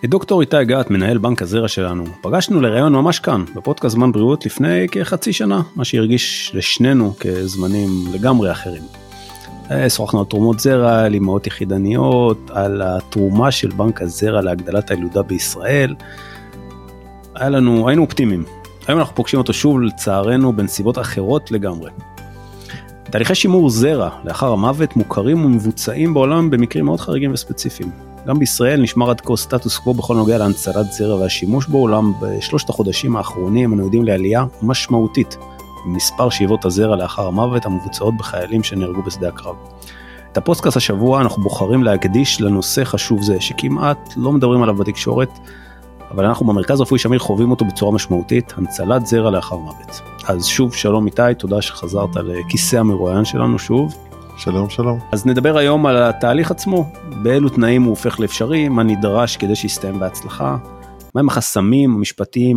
דוקטור איתי גת, מנהל בנק הזרע שלנו, פגשנו לראיון ממש כאן, בפודקאסט זמן בריאות לפני כחצי שנה, מה שהרגיש לשנינו כזמנים לגמרי אחרים. שוחחנו על תרומות זרע, על אימהות יחידניות, על התרומה של בנק הזרע להגדלת הילודה בישראל. היינו אופטימיים. היום אנחנו פוגשים אותו שוב לצערנו בנסיבות אחרות לגמרי. תהליכי שימור זרע לאחר המוות מוכרים ומבוצעים בעולם במקרים מאוד חריגים וספציפיים. גם בישראל נשמר עד כה סטטוס קוו בכל הנוגע להנצלת זרע והשימוש בעולם. בשלושת החודשים האחרונים אנו יודעים לעלייה משמעותית במספר שאיבות הזרע לאחר המוות המבוצעות בחיילים שנהרגו בשדה הקרב. את הפודקאסט השבוע אנחנו בוחרים להקדיש לנושא חשוב זה, שכמעט לא מדברים עליו בתקשורת, אבל אנחנו במרכז רפואי שמיר חווים אותו בצורה משמעותית, הנצלת זרע לאחר מוות. אז שוב, שלום איתי, תודה שחזרת לכיסא המרואיין שלנו שוב. שלום, שלום. אז נדבר היום על התהליך עצמו, באילו תנאים הוא הופך לאפשרי, מה נדרש כדי שיסתיים בהצלחה, מהם החסמים המשפטיים,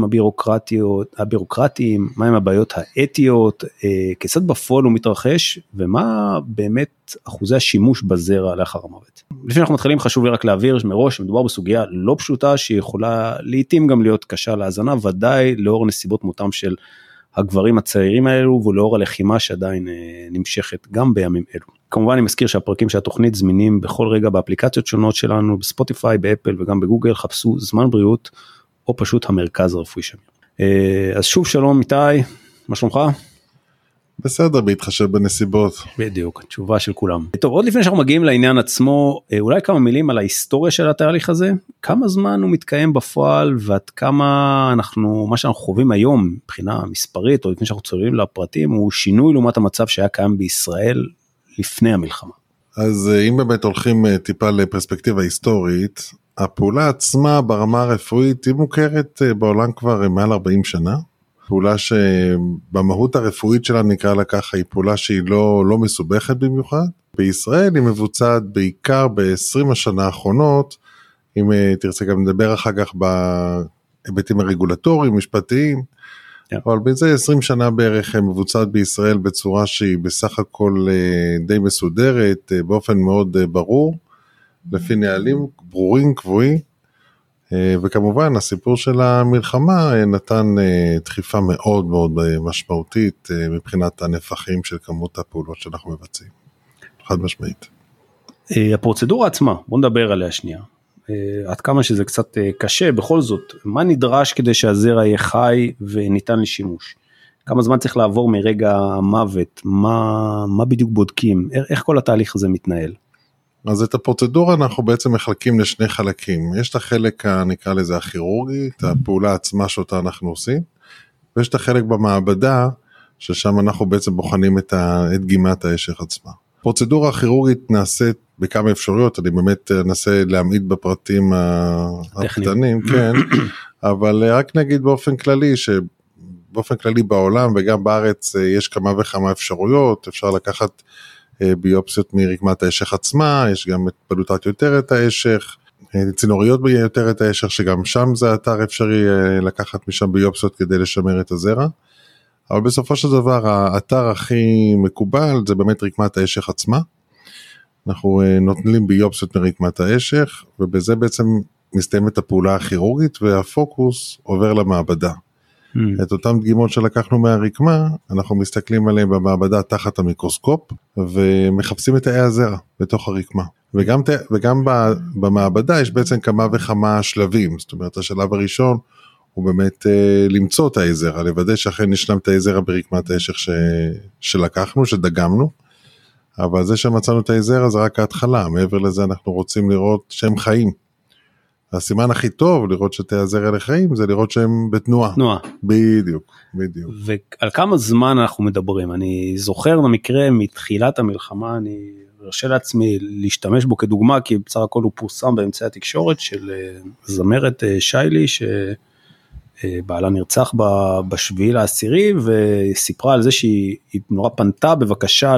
הבירוקרטיים, מהם הבעיות האתיות, כיצד בפועל הוא מתרחש, ומה באמת אחוזי השימוש בזרע לאחר המוות. לפני אנחנו מתחילים, חשוב לי רק להעביר מראש, מדובר בסוגיה לא פשוטה, שיכולה לעתים גם להיות קשה להאזנה, ודאי לאור נסיבות מותם של הגברים הצעירים האלו, ולאור הלחימה שעדיין נמשכת גם בימים אלו. כמובן אני מזכיר שהפרקים של התוכנית זמינים בכל רגע באפליקציות שונות שלנו, בספוטיפיי, באפל וגם בגוגל, חפשו זמן בריאות, או פשוט המרכז הרפואי שמיר. אז שוב שלום איתי, מה שלומך? בסדר, בהתחשב בנסיבות. בדיוק, תשובה של כולם. טוב, עוד לפני שאנחנו מגיעים לעניין עצמו, אולי כמה מילים על ההיסטוריה של התהליך הזה, כמה זמן הוא מתקיים בפועל, ועד כמה מה שאנחנו חווים היום, מבחינה מספרית, או לפני שאנחנו צוללים לפרטים, הוא שינוי לעומת המצב שהיה קיים בישראל לפני המלחמה. אז אם באמת הולכים טיפה לפרספקטיבה היסטורית, הפעולה עצמה ברמה הרפואית היא מוכרת בעולם כבר מעל 40 שנה, פעולה שבמהות הרפואית שלה נקרא לה ככה, היא פעולה שהיא לא מסובכת במיוחד. בישראל היא מבוצעת בעיקר ב-20 השנה האחרונות, אם תרצה גם נדבר אחר כך בהיבטים הרגולטוריים, משפטיים, אבל בזה 20 שנה בערך מבוצעת בישראל בצורה שהיא בסך הכל די מסודרת, באופן מאוד ברור, לפי נהלים ברורים, קבועים, וכמובן הסיפור של המלחמה נתן דחיפה מאוד מאוד משמעותית מבחינת הנפחים של כמות הפעולות שאנחנו מבצעים, חד משמעית. הפרוצדורה עצמה, בוא נדבר עליה שנייה, עד כמה שזה קצת קשה, בכל זאת, מה נדרש כדי שהזרע יהיה חי וניתן לשימוש? כמה זמן צריך לעבור מרגע המוות? מה בדיוק בודקים? איך כל התהליך הזה מתנהל? אז את הפרוצדורה אנחנו בעצם מחלקים לשני חלקים. יש את החלק, נקרא לזה הכירורגי, את הפעולה עצמה שאותה אנחנו עושים, ויש את החלק במעבדה, ששם אנחנו בעצם בוחנים את דגימת האשך עצמה. הפרוצדורה הכירורגית נעשית בכמה אפשרויות, אני באמת אנסה להעמיד בפרטים הקטנים, כן, אבל רק נגיד באופן כללי, שבאופן כללי בעולם וגם בארץ יש כמה וכמה אפשרויות, אפשר לקחת ביופסיות מרקמת האשך עצמה, יש גם את פלוטת יותרת האשך, צינוריות ביותרת האשך, שגם שם זה אתר אפשרי לקחת משם ביופסיות כדי לשמר את הזרע, אבל בסופו של דבר האתר הכי מקובל זה באמת רקמת האשך עצמה, אנחנו נוטלים ביופסיות מרקמת האשך, ובזה בעצם מסתיימת הפעולה הכירורגית, והפוקוס עובר למעבדה. את אותם דגימות שלקחנו מהרקמה, אנחנו מסתכלים עליהם במעבדה תחת המיקרוסקופ, ומחפשים את תאי הזרע בתוך הרקמה. וגם במעבדה יש בעצם כמה וכמה שלבים, זאת אומרת השלב הראשון הוא באמת למצוא תאי זרע, לוודא שאכן נשלם תאי זרע ברקמת האשך שלקחנו, שדגמנו, אבל זה שמצאנו תאי זרע זה רק ההתחלה, מעבר לזה אנחנו רוצים לראות שהם חיים. הסימן הכי טוב לראות שתאי הזרע לחיים, זה לראות שהם בתנועה. תנועה. בדיוק. ועל כמה זמן אנחנו מדברים? אני זוכר במקרה מתחילת המלחמה, אני ארשה לעצמי להשתמש בו כדוגמה, כי בסך הכל הוא פורסם באמצעי התקשורת של זמרת שיילי, שבעלה נרצח בשביעי לעשירי, וסיפרה על זה שהיא נורא פנתה בבקשה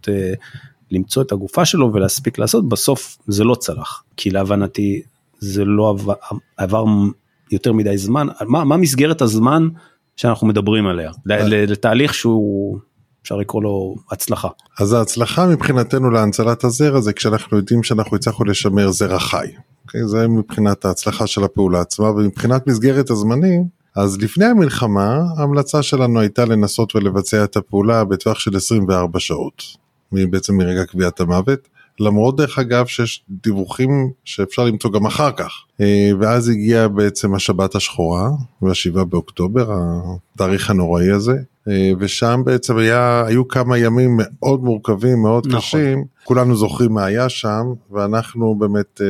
למצוא את הגופה שלו ולהספיק לעשות, בסוף זה לא צלח, כי להבנתי זה לא עבר יותר מדי זמן. מה מסגרת הזמן שאנחנו מדברים עליה? לתהליך שהוא אפשר לקרוא לו הצלחה. אז ההצלחה מבחינתנו להנצלת הזרע, זה כשאנחנו יודעים שאנחנו הצלחנו לשמר זרע חי. Okay, זה מבחינת ההצלחה של הפעולה עצמה, ומבחינת מסגרת הזמנים, אז לפני המלחמה, ההמלצה שלנו הייתה לנסות ולבצע את הפעולה בטווח של 24 שעות, בעצם מרגע קביעת המוות, למרות דרך אגב שיש דיווחים שאפשר למצוא גם אחר כך, ואז הגיעה בעצם השבת השחורה, ב7 באוקטובר, התאריך הנוראי הזה, ושם בעצם היו כמה ימים מאוד מורכבים, מאוד נכון. קשים, כולנו זוכרים מה היה שם, ואנחנו באמת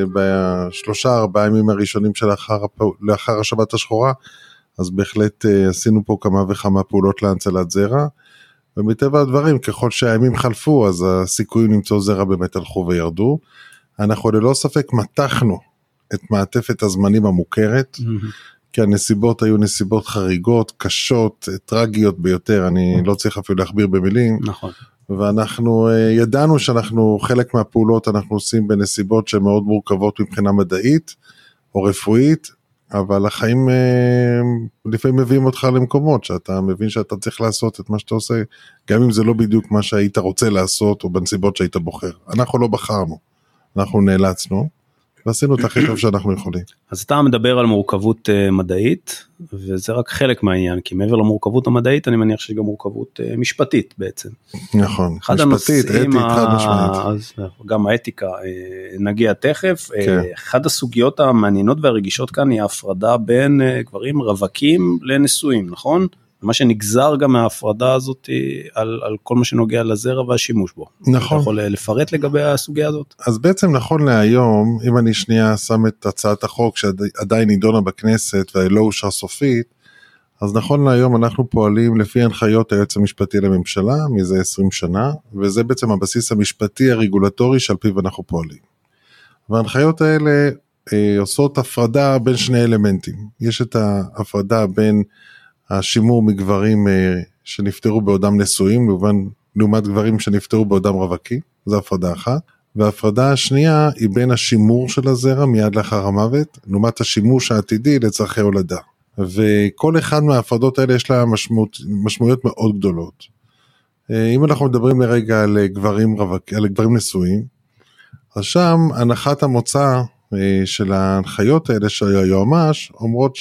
ב3-4 ימים הראשונים לאחר השבת השחורה, אז בהחלט עשינו פה כמה וכמה פעולות להנצלת זרע, ומטבע הדברים, ככל שהימים חלפו, אז הסיכויים למצוא זרע באמת הלכו וירדו. אנחנו ללא ספק מתחנו את מעטפת הזמנים המוכרת, כי הנסיבות היו נסיבות חריגות, קשות, טרגיות ביותר, אני לא צריך אפילו להכביר במילים. נכון. ואנחנו ידענו שאנחנו, חלק מהפעולות אנחנו עושים בנסיבות שהן מאוד מורכבות מבחינה מדעית או רפואית, אבל החיים לפעמים מביאים אותך למקומות, שאתה מבין שאתה צריך לעשות את מה שאתה עושה, גם אם זה לא בדיוק מה שהיית רוצה לעשות, או בנסיבות שהיית בוחר. אנחנו לא בחרנו, אנחנו נאלצנו, ועשינו את הכי טוב שאנחנו יכולים. אז אתה מדבר על מורכבות מדעית, וזה רק חלק מהעניין, כי מעבר למורכבות המדעית, אני מניח שיש גם מורכבות משפטית בעצם. נכון, משפטית, אתית, חד משמעית. גם האתיקה, נגיע תכף. אחד הסוגיות המעניינות והרגישות כאן, היא ההפרדה בין גברים רווקים לנשואים, נכון? מה שנגזר גם מההפרדה הזאת על כל מה שנוגע לזרע והשימוש בו. נכון. אתה יכול לפרט לגבי הסוגיה הזאת? אז בעצם נכון להיום, אם אני שנייה שם את הצעת החוק שעדיין נידונה בכנסת ולא אושר סופית, אז נכון להיום אנחנו פועלים לפי הנחיות היועץ המשפטי לממשלה מזה 20 שנה, וזה בעצם הבסיס המשפטי הרגולטורי שעל פיו אנחנו פועלים. וההנחיות האלה עושות הפרדה בין שני אלמנטים. יש את ההפרדה בין השימור מגברים שנפטרו בעודם נשואים, לעומת גברים שנפטרו בעודם רווקים, זו הפרדה אחת, וההפרדה השנייה היא בין השימור של הזרע מיד לאחר המוות, לעומת השימוש העתידי לצרכי הולדה. וכל אחד מההפרדות האלה יש לה משמעויות מאוד גדולות. אם אנחנו מדברים לרגע על גברים נשואים, אז שם הנחת המוצא של ההנחיות האלה של היועמ"ש, אומרות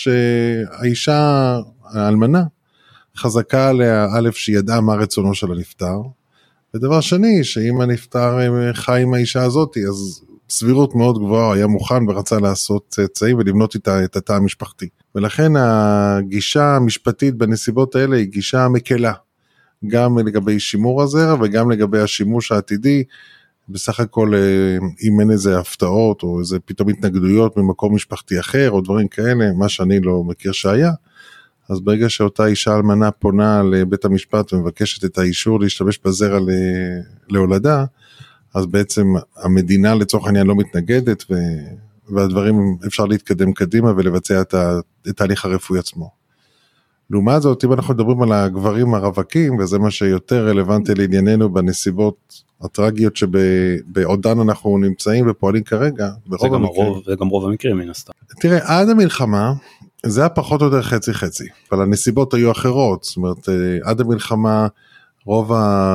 שהאישה האלמנה חזקה עליה א' שידעה מה רצונו של הנפטר, ודבר שני שאם הנפטר חי עם האישה הזאת, אז סבירות מאוד גבוהה היה מוכן ורצה לעשות צאצאים ולבנות איתה את התא המשפחתי. ולכן הגישה המשפטית בנסיבות האלה היא גישה מקלה, גם לגבי שימור הזרע וגם לגבי השימוש העתידי, בסך הכל אם אין איזה הפתעות או איזה פתאום התנגדויות ממקום משפחתי אחר או דברים כאלה, מה שאני לא מכיר שהיה, אז ברגע שאותה אישה אלמנה פונה לבית המשפט ומבקשת את האישור להשתמש בזרע להולדה, אז בעצם המדינה לצורך העניין לא מתנגדת, והדברים אפשר להתקדם קדימה ולבצע את התהליך הרפואי עצמו. לעומת זאת, אם אנחנו מדברים על הגברים הרווקים, וזה מה שיותר רלוונטי לענייננו בנסיבות הטרגיות שבעודן אנחנו נמצאים ופועלים כרגע, זה גם רוב המקרים מן הסתם. תראה, עד המלחמה, זה היה פחות או יותר חצי-חצי, אבל הנסיבות היו אחרות, זאת אומרת, עד המלחמה, רוב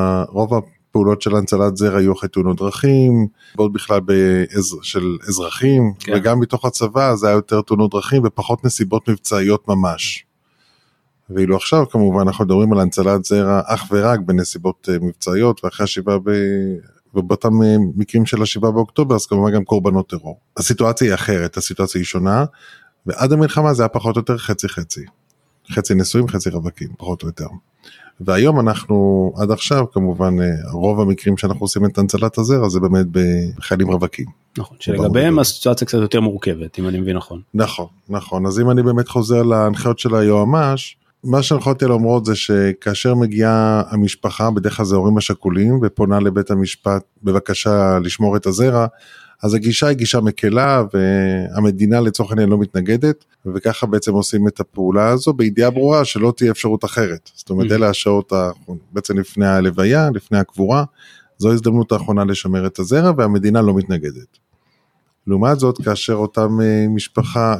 הפעולות של הנצלת זרע היו אחרי תאונות דרכים, ועוד בכלל של אזרחים, כן. וגם מתוך הצבא זה היה יותר תאונות דרכים, ופחות נסיבות מבצעיות ממש. ואילו עכשיו כמובן אנחנו מדברים על הנצלת זרע אך ורק בנסיבות מבצעיות, ואחרי ובאותם מקרים של 7 באוקטובר, אז כמובן גם קורבנות טרור. הסיטואציה היא אחרת, הסיטואציה היא שונה, ועד המלחמה זה היה פחות או יותר חצי-חצי. חצי נשואים, חצי רווקים, פחות או יותר. והיום אנחנו, עד עכשיו כמובן, רוב המקרים שאנחנו עושים את הנצלת הזרע, זה באמת בחיילים רווקים. נכון, שלגביהם הסיטואציה קצת יותר מורכבת, אם אני מבין נכון. נכון, נכון. אז אם אני באמת חוזר להנחיות של היועמ"ש, מה שהנחיות האלה אומרות זה שכאשר מגיעה המשפחה, בדרך כלל זה הורים השכולים, ופונה לבית המשפט בבקשה לשמור את הזרע, אז הגישה היא גישה מקלה, והמדינה לצורך העניין לא מתנגדת, וככה בעצם עושים את הפעולה הזו, בידיעה ברורה שלא תהיה אפשרות אחרת. זאת אומרת, אלה השעות בעצם לפני הלוויה, לפני הקבורה, זו הזדמנות האחרונה לשמר את הזרע, והמדינה לא מתנגדת. לעומת זאת, כאשר אותם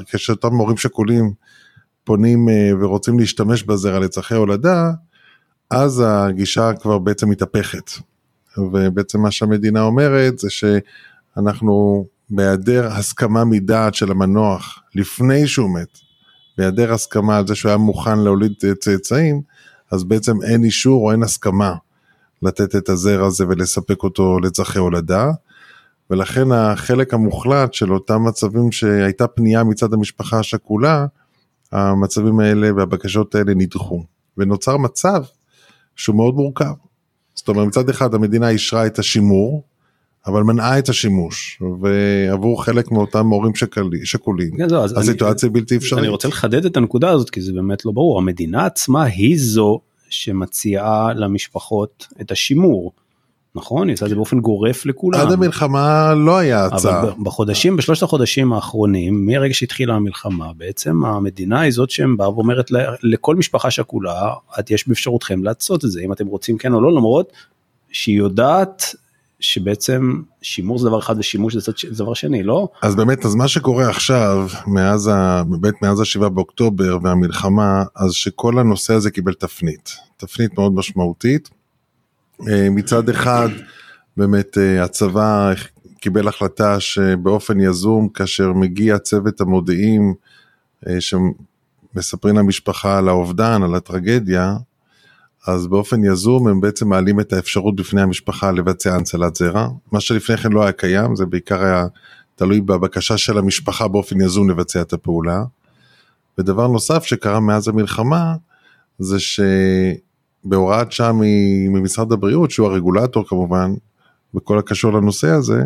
הורים שכולים, פונים ורוצים להשתמש בזרע לצרכי הולדה, אז הגישה כבר בעצם מתהפכת, ובעצם מה שהמדינה אומרת זה שאנחנו בהיעדר הסכמה מדעת של המנוח לפני שהוא מת, בהיעדר הסכמה על זה שהוא היה מוכן להוליד צאצאים, אז בעצם אין אישור או אין הסכמה לתת את הזרע הזה ולספק אותו לצרכי הולדה, ולכן החלק המוחלט של אותם מצבים שהייתה פנייה מצד המשפחה השכולה, המצבים האלה והבקשות האלה נדחו, ונוצר מצב שהוא מאוד מורכב. זאת אומרת, מצד אחד המדינה אישרה את השימור, אבל מנעה את השימוש, ועבור חלק מאותם הורים שכולים, הסיטואציה בלתי אפשרית. אני רוצה לחדד את הנקודה הזאת, כי זה באמת לא ברור, המדינה עצמה היא זו שמציעה למשפחות את השימור, נכון? היא עושה את זה באופן גורף לכולם. עד המלחמה לא היה הצעה. אבל בשלושת החודשים האחרונים, מרגע שהתחילה המלחמה, בעצם המדינה היא זאת שבאה ואומרת לכל משפחה שכולה, את יש באפשרותכם לעשות את זה, אם אתם רוצים כן או לא, למרות שהיא יודעת שבעצם שימור זה דבר אחד ושימוש זה דבר שני, לא? אז באמת, אז מה שקורה עכשיו, מאז ה-7 באוקטובר והמלחמה, אז שכל הנושא הזה קיבל תפנית מאוד משמעותית. מצד אחד, באמת הצבא קיבל החלטה שבאופן יזום, כאשר מגיע צוות המודיעים, שמספרים למשפחה על האובדן, על הטרגדיה, אז באופן יזום הם בעצם מעלים את האפשרות בפני המשפחה לבצע הנצלת זרע, מה שלפני כן לא היה קיים, זה בעיקר היה תלוי בבקשה של המשפחה באופן יזום לבצע את הפעולה. ודבר נוסף שקרה מאז המלחמה, זה שבהוראת שעה ממשרד הבריאות, שהוא הרגולטור כמובן, בכל הקשור לנושא הזה,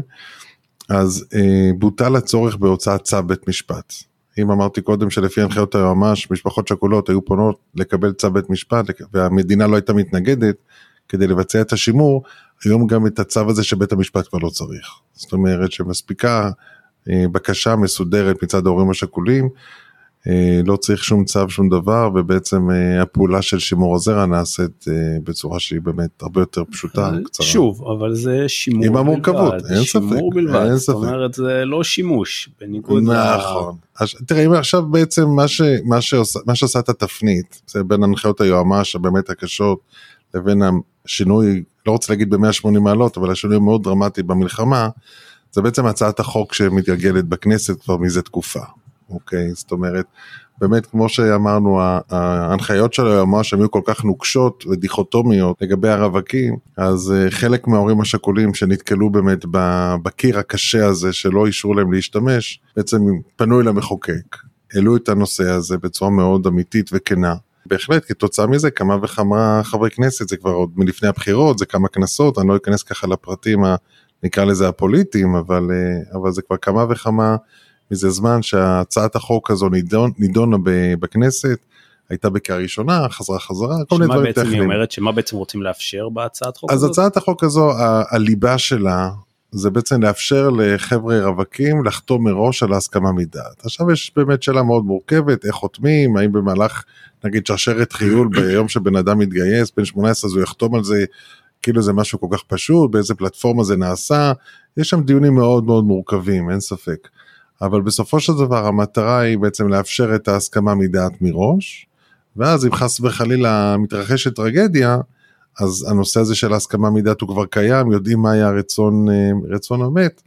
אז בוטל הצורך בהוצאת צו בית משפט. אם אמרתי קודם שלפי הנחיות היועמ"ש, משפחות שכולות היו פונות לקבל צו בית משפט, והמדינה לא הייתה מתנגדת כדי לבצע את השימור, היום גם את הצו הזה שבית המשפט כבר לא צריך. זאת אומרת שמספיקה בקשה מסודרת מצד ההורים השכולים, לא צריך שום צו, שום דבר, ובעצם הפעולה של שימור הזרע נעשית בצורה שהיא באמת הרבה יותר פשוטה, קצרה. שוב, אבל זה שימור בלבד. עם המורכבות, אין ספק. שימור בלבד, זאת אומרת, זה לא שימוש, בניגוד נכון. תראה, אם עכשיו בעצם מה שעושה את התפנית, זה בין הנחיות היועמ"ש, באמת הקשות, לבין השינוי, לא רוצה להגיד ב-180 מעלות, אבל השינוי מאוד דרמטי במלחמה, זה בעצם הצעת החוק שמתגלגלת בכנסת כבר מזה תקופה. אוקיי, זאת אומרת, באמת כמו שאמרנו, ההנחיות של היועמ"ש שהן היו כל כך נוקשות ודיכוטומיות לגבי הרווקים, אז חלק מההורים השכולים שנתקלו באמת בקיר הקשה הזה שלא אישרו להם להשתמש, בעצם פנו אל המחוקק, העלו את הנושא הזה בצורה מאוד אמיתית וכנה. בהחלט, כתוצאה מזה כמה וכמה חברי כנסת, זה כבר עוד מלפני הבחירות, זה כמה כנסות, אני לא אכנס ככה לפרטים, נקרא לזה הפוליטיים, אבל זה כבר כמה וכמה מזה זמן שהצעת החוק הזו נידונה בכנסת, הייתה בקריאה ראשונה, חזרה, כל מיני דברים טכניים. היא אומרת שמה בעצם רוצים לאפשר בהצעת חוק אז הזו? אז הצעת החוק הזו, הליבה שלה, זה בעצם לאפשר לחבר'ה רווקים לחתום מראש על ההסכמה מדעת. עכשיו יש באמת שאלה מאוד מורכבת, איך חותמים, האם במהלך, נגיד שרשרת חיול ביום שבן אדם מתגייס, בן 18 אז הוא יחתום על זה, כאילו זה משהו כל כך פשוט, באיזה פלטפורמה זה נעשה, יש שם דיונים מאוד מאוד מורכבים, אין ספק. אבל בסופו של דבר המטרה היא בעצם לאפשר את ההסכמה מדעת מראש, ואז אם חס וחלילה מתרחשת טרגדיה, אז הנושא הזה של ההסכמה מדעת הוא כבר קיים, יודעים מה היה רצון המת,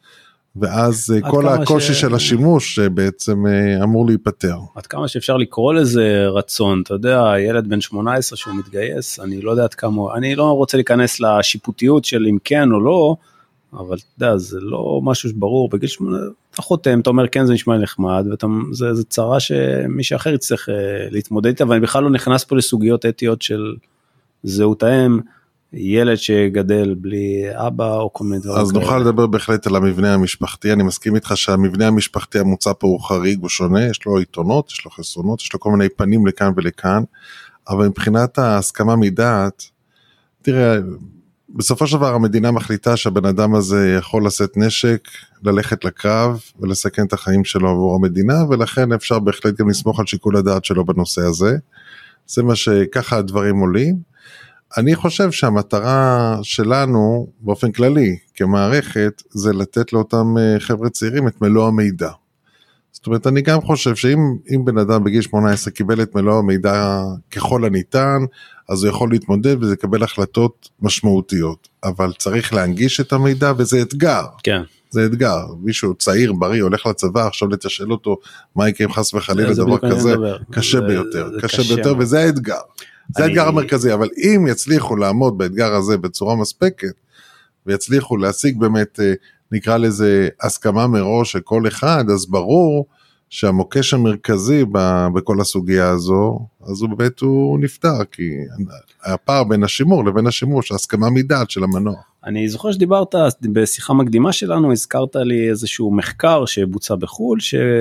ואז כל הקושי של השימוש בעצם אמור להיפטר. עד כמה שאפשר לקרוא לזה רצון, אתה יודע, ילד בן 18 שהוא מתגייס, אני לא יודע עד כמה, אני לא רוצה להיכנס לשיפוטיות של אם כן או לא, אבל אתה יודע, זה לא משהו שברור, בגיל 18, אתה חותם, אתה אומר כן זה נשמע נחמד, זה צרה שמי שאחר יצטרך להתמודד איתה, ואני בכלל לא נכנס פה לסוגיות אתיות של זהות האם, ילד שגדל בלי אבא או כל מיני דברים. אז נוכל לדבר בהחלט על המבנה המשפחתי, אני מסכים איתך שהמבנה המשפחתי המוצע פה הוא חריג, הוא שונה, יש לו עיתונות, יש לו חסרונות, יש לו כל מיני פנים לכאן ולכאן, אבל מבחינת ההסכמה מדעת, תראה, בסופו של דבר המדינה מחליטה שהבן אדם הזה יכול לשאת נשק, ללכת לקרב ולסכן את החיים שלו עבור המדינה, ולכן אפשר בהחלט גם לסמוך על שיקול הדעת שלו בנושא הזה. זה מה שככה הדברים עולים. אני חושב שהמטרה שלנו באופן כללי כמערכת, זה לתת לאותם חבר'ה צעירים את מלוא המידע. זאת אומרת, אני גם חושב שאם בן אדם בגיל 18 קיבל את מלוא המידע ככל הניתן, אז הוא יכול להתמודד וזה יקבל החלטות משמעותיות, אבל צריך להנגיש את המידע וזה אתגר. כן. זה אתגר, מישהו צעיר, בריא, הולך לצבא, עכשיו לתשאל אותו מה יקרה אם חס וחלילה דבר כזה, קשה ביותר, קשה ביותר, וזה האתגר. זה האתגר המרכזי, אבל אם יצליחו לעמוד באתגר הזה בצורה מספקת, ויצליחו להשיג באמת, נקרא לזה הסכמה מראש של כל אחד, אז ברור שהמוקש המרכזי בכל הסוגיה הזו, אז הוא באמת הוא נפטר, כי הפער בין השימור לבין השימוש, ההסכמה מדעת של המנוע. אני זוכר שדיברת בשיחה מקדימה שלנו, הזכרת לי איזשהו מחקר שבוצע בחול,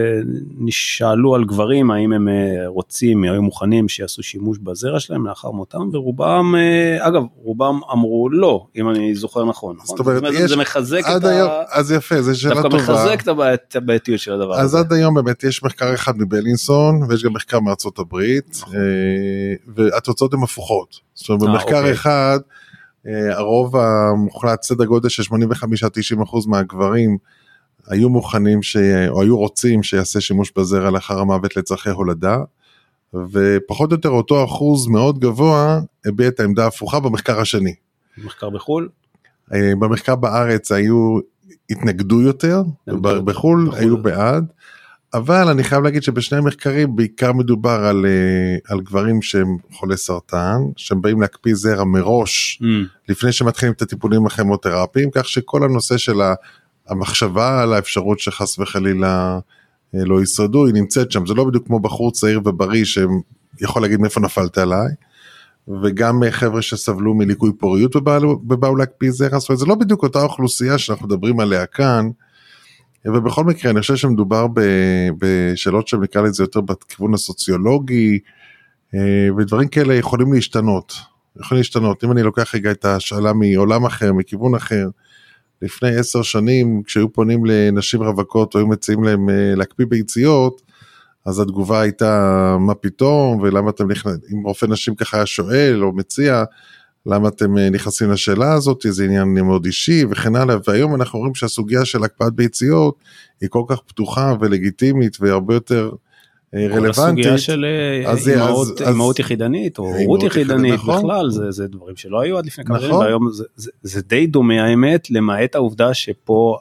שנשאלו על גברים, האם הם רוצים, היו מוכנים שיעשו שימוש בזרע שלהם לאחר מותם, ורובם, אגב, רובם אמרו לא, אם אני זוכר נכון. זאת אומרת, זה מחזק את אז יפה, זה שאלה טובה. דווקא מחזק את הבעייתיות של הדבר הזה. אז עד היום באמת יש מחקר אחד מבלינסון, ויש גם מחקר מארצות הברית, והתוצאות הן הפוכות. זאת אומרת, במחקר אחד, הרוב המוחלט, סדר גודל של 85-90% מהגברים היו מוכנים או היו רוצים שיעשה שימוש בזרע לאחר המוות לצרכי הולדה, ופחות או יותר אותו אחוז מאוד גבוה הביע את העמדה ההפוכה במחקר השני. במחקר בחול? במחקר בארץ התנגדו יותר, בחול היו בעד, אבל אני חייב להגיד שבשני המחקרים בעיקר מדובר על גברים שהם חולי סרטן, שהם באים להקפיא זרע מראש, לפני שמתחילים את הטיפולים הכימותרפיים, כך שכל הנושא של המחשבה על האפשרות שחס וחלילה לא ישרדו, היא נמצאת שם, זה לא בדיוק כמו בחור צעיר ובריא, שיכול להגיד מאיפה נפלת עליי, וגם חבר'ה שסבלו מליקוי פוריות ובאו להקפיא זרע, זאת אומרת, זה לא בדיוק אותה אוכלוסייה שאנחנו מדברים עליה כאן, ובכל מקרה אני חושב שמדובר בשאלות שנקרא לזה יותר בכיוון הסוציולוגי, ודברים כאלה יכולים להשתנות, אם אני לוקח רגע את השאלה מעולם אחר, מכיוון אחר, לפני 10 שנים, כשהיו פונים לנשים רווקות, או היו מציעים להם להקפיא ביציות, אז התגובה הייתה, מה פתאום, ולמה אתם נכנסים, אם רופא נשים ככה היה שואל, או מציע, למה אתם נכנסים לשאלה הזאת, זה עניין מאוד אישי וכן הלאה, והיום אנחנו רואים שהסוגיה של הקפאת ביציות, היא כל כך פתוחה ולגיטימית, והרבה יותר רלוונטית. כל הסוגיה של אימהות יחידנית, או הורות יחידנית, בכלל, זה דברים שלא היו עד לפני כמה שנים, והיום זה די דומה האמת, למעט העובדה שפה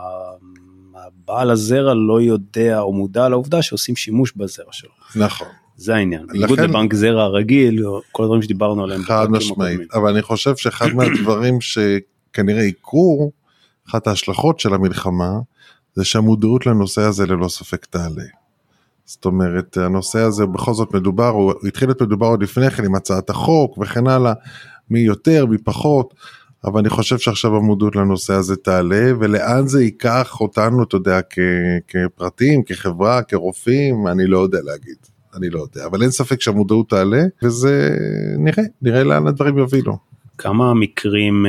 הבעל הזרע לא יודע, או מודע לעובדה שעושים שימוש בזרע שלו. נכון. זה העניין, בניגוד לבנק זרע הרגיל, כל הדברים שדיברנו עליהם. חד משמעית, אבל אני חושב שאחד מהדברים שכנראה יקרו, אחת ההשלכות של המלחמה, זה שהמודעות לנושא הזה ללא ספק תעלה. זאת אומרת, הנושא הזה בכל זאת מדובר, הוא התחיל את מדובר עוד לפני כן עם הצעת החוק וכן הלאה, מי יותר, מי פחות, אבל אני חושב שעכשיו המודעות לנושא הזה תעלה, ולאן זה ייקח אותנו, אתה יודע, כפרטים, כחברה, כרופאים, אני לא יודע להגיד. אני לא יודע, אבל אין ספק שהמודעות תעלה, וזה נראה לאן הדברים יובילו. כמה מקרים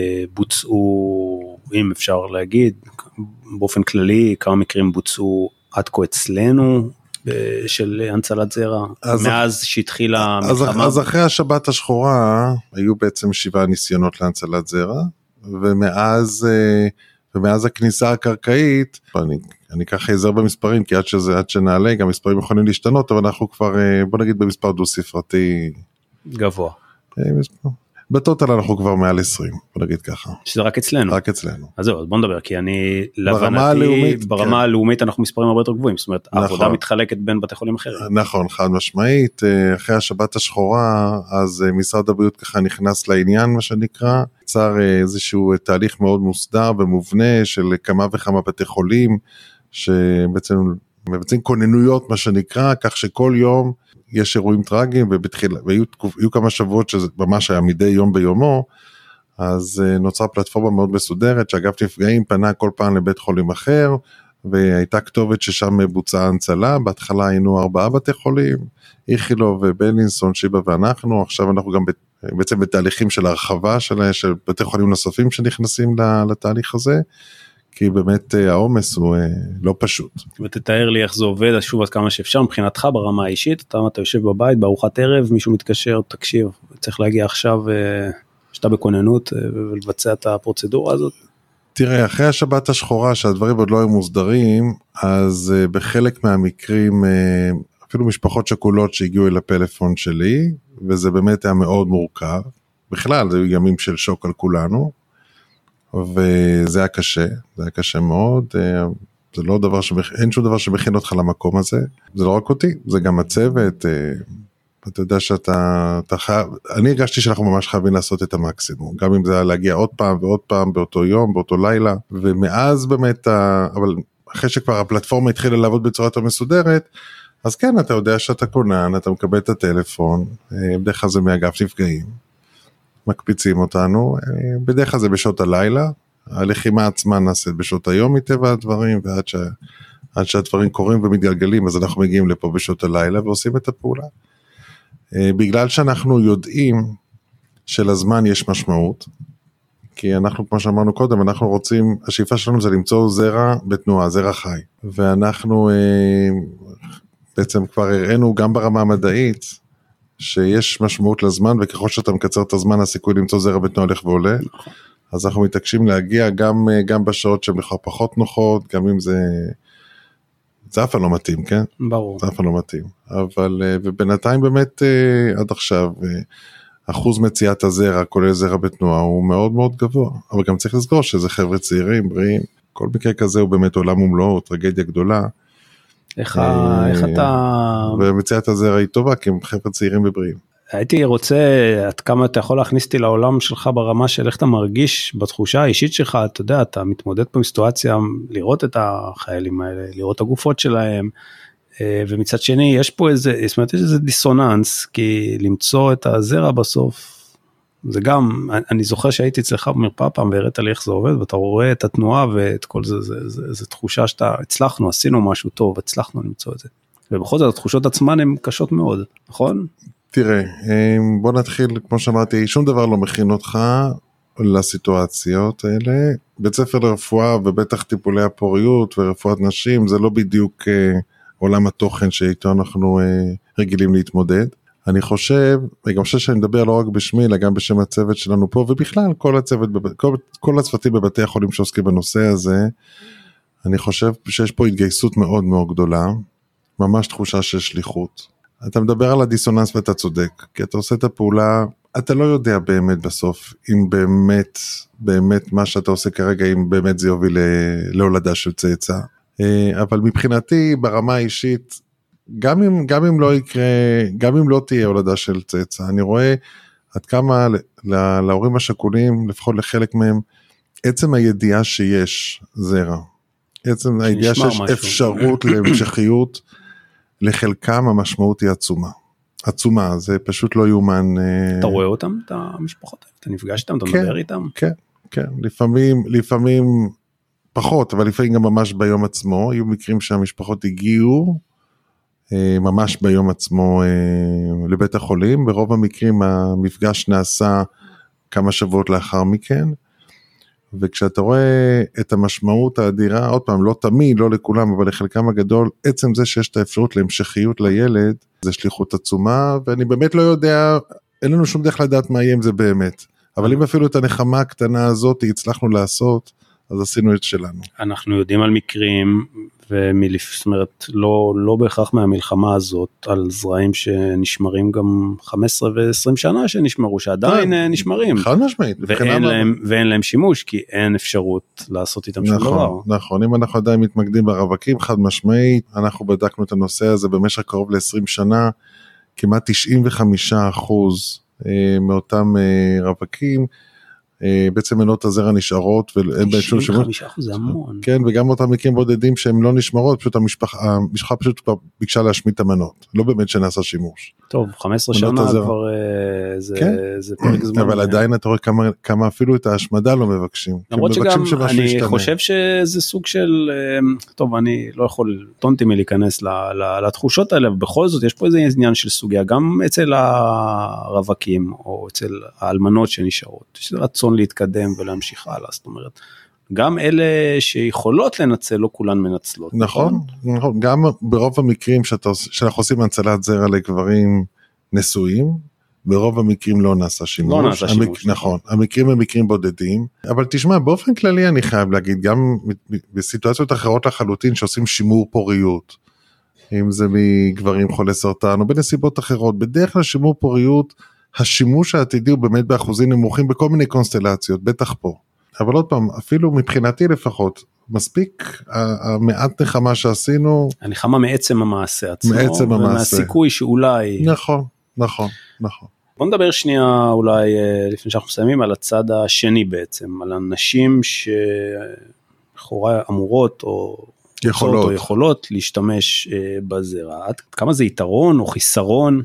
בוצעו, אם אפשר להגיד, באופן כללי, כמה מקרים בוצעו עד כה אצלנו, של הנצלת זרע, מאז שהתחילה המלחמה? אז אחרי השבת השחורה, היו בעצם 7 ניסיונות להנצלת זרע, ומאז הכניסה הקרקעית, אני ככה יזר במספרים, כי עד שנעלה, גם מספרים יכולים להשתנות, אבל אנחנו כבר, בוא נגיד במספר דו ספרתי. גבוה. בטוטל אנחנו כבר מעל 20, בוא נגיד ככה. שזה רק אצלנו. רק אצלנו. אז זהו, אז בוא נדבר, כי אני, ברמה הלאומית אנחנו מספרים הרבה יותר גבוהים, זאת אומרת, העבודה מתחלקת בין בתי חולים אחרים. נכון, חד משמעית, אחרי השבת השחורה, אז משרד הבריאות ככה נכנס לעניין, מה שנקרא, יצר איזשהו תהליך מאוד מוסדר ומובנה, של כמה וכמה בתי חולים, שבעצם מבצעים כוננויות, מה שנקרא, כך שכל יום, יש אירועים טרגיים, והיו כמה שבועות שזה ממש היה מדי יום ביומו, אז נוצרה פלטפורמה מאוד מסודרת, שאגף נפגעים פנה כל פעם לבית חולים אחר, והייתה כתובת ששם בוצעה הנצלה, בהתחלה היינו 4 בתי חולים, איכילוב ובלינסון, שיבא ואנחנו, עכשיו אנחנו גם בעצם בתהליכים של הרחבה של בתי חולים נוספים שנכנסים לתהליך הזה, כי באמת העומס הוא לא פשוט. ותתאר לי איך זה עובד, שוב עד כמה שאפשר, מבחינתך ברמה האישית, אתה יושב בבית, בארוחת ערב, מישהו מתקשר, תקשיב, צריך להגיע עכשיו, שאתה בכוננות, ולבצע את הפרוצדורה הזאת? תראה, אחרי השבת השחורה שהדברים עוד לא היו מוסדרים, אז בחלק מהמקרים, אפילו משפחות שכולות שהגיעו אל הפלאפון שלי, וזה באמת היה מאוד מורכב, בכלל זה ימים של שוק על כולנו, וזה היה קשה, זה היה קשה מאוד, זה לא דבר אין שום דבר שמכין אותך למקום הזה, זה לא רק אותי, זה גם הצוות, אתה יודע שאתה חייב, אני הרגשתי שאנחנו ממש חייבים לעשות את המקסימום, גם אם זה היה להגיע עוד פעם ועוד פעם באותו יום, באותו לילה, ומאז באמת, אבל אחרי שכבר הפלטפורמה התחילה לעבוד בצורה יותר מסודרת, אז כן, אתה יודע שאתה כונן, אתה מקבל את הטלפון, בדרך כלל זה מאגף נפגעים, מקפיצים אותנו, בדרך כלל זה בשעות הלילה, הלחימה עצמה נעשית בשעות היום מטבע הדברים, ועד שהדברים קורים ומתגלגלים, אז אנחנו מגיעים לפה בשעות הלילה ועושים את הפעולה. בגלל שאנחנו יודעים שלזמן יש משמעות, כי אנחנו, כמו שאמרנו קודם, אנחנו רוצים, השאיפה שלנו זה למצוא זרע בתנועה, זרע חי, ואנחנו בעצם כבר הראינו גם ברמה המדעית, שיש משמעות לזמן, וככל שאתה מקצר את הזמן, הסיכוי למצוא זרע בתנועה הולך ועולה, אז אנחנו מתעקשים להגיע גם בשעות שהן לך פחות נוחות, גם אם זה אף פעם לא מתאים, כן? ברור. זה אף פעם לא מתאים, אבל, ובינתיים באמת עד עכשיו, אחוז מציאת הזרע, כולל זרע בתנועה, הוא מאוד מאוד גבוה, אבל גם צריך לסגור שזה חבר'ה צעירים, בריאים, כל מקרה כזה הוא באמת עולם ומלואו, טרגדיה גדולה. איך אתה... ומציאת הזרע היא טובה, כי הם חבר'ה צעירים ובריאים. הייתי רוצה, עד כמה אתה יכול להכניס אותי לעולם שלך ברמה של איך אתה מרגיש בתחושה האישית שלך, אתה יודע, אתה מתמודד פה עם סיטואציה, לראות את החיילים האלה, לראות את הגופות שלהם, ומצד שני יש פה איזה, זאת אומרת, יש איזה דיסוננס, כי למצוא את הזרע בסוף, זה גם, אני זוכר שהייתי אצלך במרפאה פעם, והראית לי איך זה עובד, ואתה רואה את התנועה ואת כל זה, זה תחושה שאתה, הצלחנו, עשינו משהו טוב, הצלחנו למצוא את זה. ובכל זאת, התחושות עצמן הן קשות מאוד, נכון? תראה, בוא נתחיל, כמו שאמרתי, שום דבר לא מכין אותך לסיטואציות האלה, בית ספר לרפואה ובטח טיפולי הפוריות ורפואת נשים, זה לא בדיוק עולם התוכן שאיתו אנחנו רגילים להתמודד. אני חושב, וגם חושב שאני מדבר לא רק בשמי, אלא גם בשם הצוות שלנו פה, ובכלל כל הצוותים בבתי החולים שעוסקים בנושא הזה, אני חושב שיש פה התגייסות מאוד מאוד גדולה, ממש תחושה של שליחות. אתה מדבר על הדיסוננס ואתה צודק, כי אתה עושה את הפעולה, אתה לא יודע באמת בסוף, אם באמת מה שאתה עושה כרגע, אם באמת זה יוביל להולדה של צאצא. אבל מבחינתי, ברמה האישית, גם אם לא יקרה, גם אם לא תהיה הולדה של צאצא, אני רואה עד כמה להורים השכולים, לפחות לחלק מהם, עצם הידיעה שיש זרע, עצם הידיעה שיש אפשרות להמשכיות, לחלקם המשמעות היא עצומה, זה פשוט לא יומן. אתה רואה אותם, את המשפחות, אתה נפגש איתם, אתה מדבר איתם? כן, לפעמים פחות, אבל לפעמים גם ממש ביום עצמו, היו מקרים שהמשפחות הגיעו, ממש ביום עצמו לבית החולים, ברוב המקרים המפגש נעשה כמה שבועות לאחר מכן, וכשאתה רואה את המשמעות האדירה, עוד פעם, לא תמיד, לא לכולם, אבל לחלקם הגדול, עצם זה שיש את האפשרות להמשכיות לילד, זה שליחות עצומה, ואני באמת לא יודע, אין לנו שום דרך לדעת מה יהיה עם זה באמת, אבל אם אפילו את הנחמה הקטנה הזאת הצלחנו לעשות, אז עשינו את שלנו. אנחנו יודעים על מקרים, זאת אומרת, לא בהכרח מהמלחמה הזאת, על זרעים שנשמרים גם 15 ו-20 שנה שנשמרו, שעדיין נשמרים. חד משמעית. ואין להם שימוש, כי אין אפשרות לעשות איתם שום דבר. נכון, אם אנחנו עדיין מתמקדים ברווקים, חד משמעית, אנחנו בדקנו את הנושא הזה במשך קרוב ל-20 שנה, כמעט 95% מאותם רווקים, בעצם מנות הזרע נשארות, 95% זה המון. כן, וגם אותם מקרים בודדים שהם לא נשמרות, פשוט המשפחה פשוט כבר ביקשה להשמיד את המנות, לא באמת שנעשה שימוש. טוב, 15 שנה כבר זה פרק זמן. אבל עדיין אתה רואה כמה אפילו את ההשמדה לא מבקשים. למרות שגם אני חושב שזה סוג של, טוב, אני לא יכול טונטי מלהיכנס לתחושות האלה, ובכל זאת יש פה איזה עניין של סוגיה, גם אצל הרווקים, או אצל האלמנות שנשארות, יש רצון להתקדם ולהמשיך הלאה, זאת אומרת, גם אלה שיכולות לנצל, לא כולן מנצלות. נכון, גם ברוב המקרים שאנחנו עושים הצלת זרע לגברים נשואים, ברוב המקרים לא נעשה שימוש. לא נעשה שימוש. נכון, המקרים הם מקרים בודדים, אבל תשמע, באופן כללי אני חייב להגיד, גם בסיטואציות אחרות לחלוטין שעושים שימור פוריות, אם זה מגברים חולי סרטן או בנסיבות אחרות, בדרך כלל שימור פוריות, השימוש העתידי הוא באמת באחוזים נמוכים בכל מיני קונסטלציות, בטח פה. אבל עוד פעם, אפילו מבחינתי לפחות, מספיק המעט נחמה שעשינו. הנחמה מעצם המעשה עצמו. מעצם המעשה. ומהסיכוי שאולי. נכון. בוא נדבר שנייה אולי לפני שאנחנו מסיימים על הצד השני בעצם, על אנשים שלכאורה אמורות או יכולות להשתמש בזרע. עד כמה זה יתרון או חיסרון?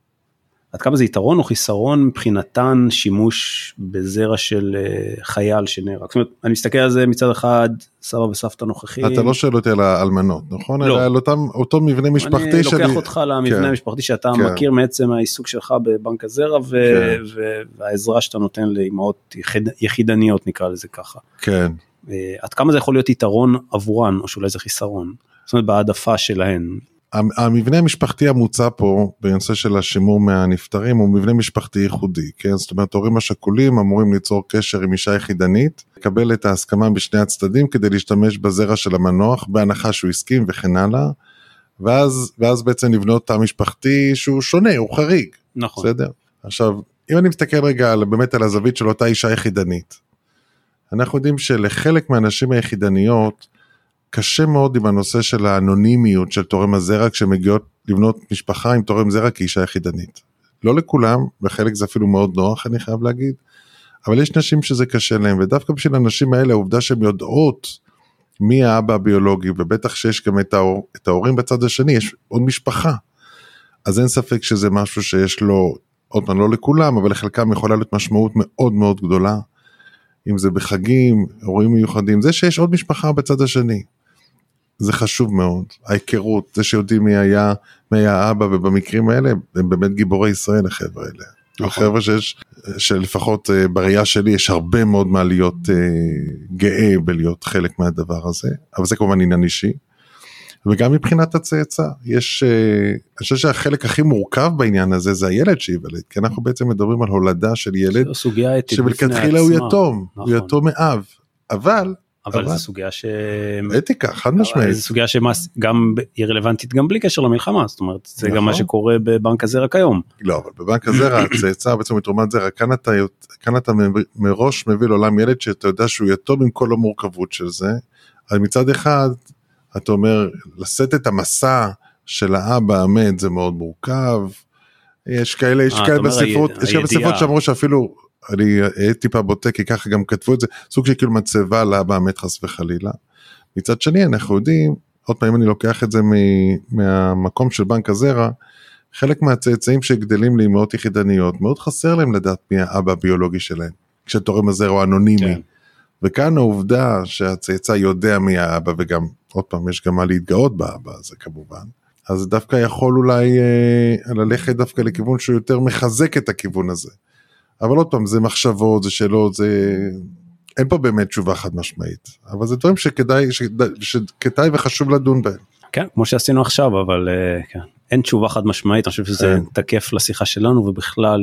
עד כמה זה יתרון או חיסרון מבחינתן שימוש בזרע של חייל שנהרג? זאת אומרת, אני מסתכל על זה מצד אחד, סבא וסבתא נוכחים. אתה לא שואל אותי על האלמנות, נכון? לא. אלא על אותו מבנה משפחתי שלי. אני לוקח אותך למבנה המשפחתי שאתה מכיר מעצם העיסוק שלך בבנק הזרע, והעזרה שאתה נותן לאמהות יחידניות, נקרא לזה ככה. כן. עד כמה זה יכול להיות יתרון עבורן, או שאולי זה חיסרון? זאת אומרת, בהעדפה שלהן. המבנה המשפחתי המוצע פה, בנושא של השימור מהנפטרים, הוא מבנה משפחתי ייחודי, כן? זאת אומרת, הורים השכולים אמורים ליצור קשר עם אישה יחידנית, לקבל את ההסכמה בשני הצדדים, כדי להשתמש בזרע של המנוח, בהנחה שהוא הסכים וכן הלאה, ואז בעצם לבנות תא משפחתי שהוא שונה, הוא חריג. נכון. בסדר? עכשיו, אם אני מסתכל רגע באמת על הזווית של אותה אישה יחידנית, אנחנו יודעים שלחלק מהנשים היחידניות, קשה מאוד עם הנושא של האנונימיות של תורם הזרע, כשמגיעות לבנות משפחה עם תורם זרע כאישה יחידנית. לא לכולם, בחלק זה אפילו מאוד נוח, אני חייב להגיד, אבל יש נשים שזה קשה להם, ודווקא בשביל הנשים האלה, העובדה שהן יודעות מי האבא הביולוגי, ובטח שיש גם את ההורים בצד השני, יש עוד משפחה. אז אין ספק שזה משהו שיש לו, עוד פעם לא לכולם, אבל לחלקם יכולה להיות משמעות מאוד מאוד גדולה, אם זה בחגים, אירועים מיוחדים, זה שיש עוד משפחה בצד השני. זה חשוב מאוד, ההיכרות, זה שיודעים מי היה האבא, ובמקרים האלה, הם באמת גיבורי ישראל, החבר'ה האלה. החבר'ה שלפחות בראייה שלי, יש הרבה מאוד מה להיות גאה בלהיות חלק מהדבר הזה, אבל זה כמובן עניין אישי, וגם מבחינת הצאצא, אני חושב שהחלק הכי מורכב בעניין הזה, זה הילד שיוולד, כי אנחנו בעצם מדברים על הולדה של ילד, שבלכתחילה הוא יתום, הוא יתום מאב, אבל זו סוגיה אתיקה, חד משמעית. זו סוגיה שגם היא רלוונטית גם בלי קשר למלחמה, זאת אומרת, זה גם מה שקורה בבנק הזרע כיום. לא, אבל בבנק הזרע, הצאצא בעצם מתרומת זרע, כאן אתה מראש מביא לעולם ילד שאתה יודע שהוא יתום עם כל המורכבות של זה, אז מצד אחד, אתה אומר, לשאת את המסע של האבא המת, זה מאוד מורכב, יש כאלה בספרות שאמרו שאפילו, אני טיפה בוטה, כי ככה גם כתבו את זה, סוג של כאילו מצבה לאבא המת חס וחלילה. מצד שני, אנחנו יודעים, עוד פעם, אם אני לוקח את זה מהמקום של בנק הזרע, חלק מהצאצאים שגדלים לאמהות יחידניות, מאוד חסר להם לדעת מי האבא הביולוגי שלהם, כשתורם הזרע הוא אנונימי. כן. וכאן העובדה שהצאצא יודע מי האבא, וגם, עוד פעם, יש גם מה להתגאות באבא הזה כמובן, אז דווקא יכול אולי ללכת דווקא לכיוון שהוא יותר מחזק את הכיוון הזה. אבל עוד פעם, זה מחשבות, זה שאלות, אין פה באמת תשובה חד משמעית, אבל זה דברים שכדאי וחשוב לדון בהם. כן, כמו שעשינו עכשיו, אבל כן, אין תשובה חד משמעית, אני חושב שזה תקף לשיחה שלנו, ובכלל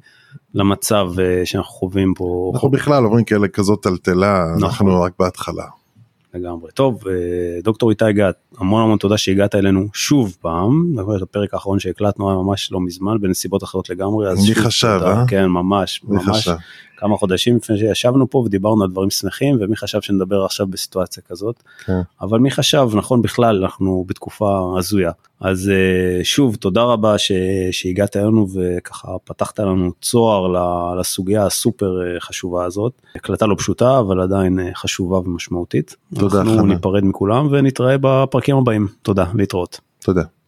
למצב שאנחנו חווים פה. אנחנו בכלל עוברים כאלה כזאת טלטלה, אנחנו רק בהתחלה. לגמרי. טוב, דוקטור איתי גת, המון תודה שהגעת אלינו שוב פעם, הפרק האחרון שהקלטנו ממש לא מזמן, בנסיבות אחרות לגמרי. מי חשב, כן, ממש, כמה חודשים לפני שישבנו פה ודיברנו על דברים שמחים, ומי חשב שנדבר עכשיו בסיטואציה כזאת, אבל מי חשב, נכון בכלל, אנחנו בתקופה הזויה. אז שוב, תודה רבה שהגעת אלינו, וככה פתחת לנו צוהר לסוגיה הסופר חשובה הזאת, הקלטה לא פשוטה, אבל עדיין חשובה ומשמעותית. תודה. אנחנו ניפרד מכולם, ונתראה בפרקים הבאים. תודה, להתראות. תודה.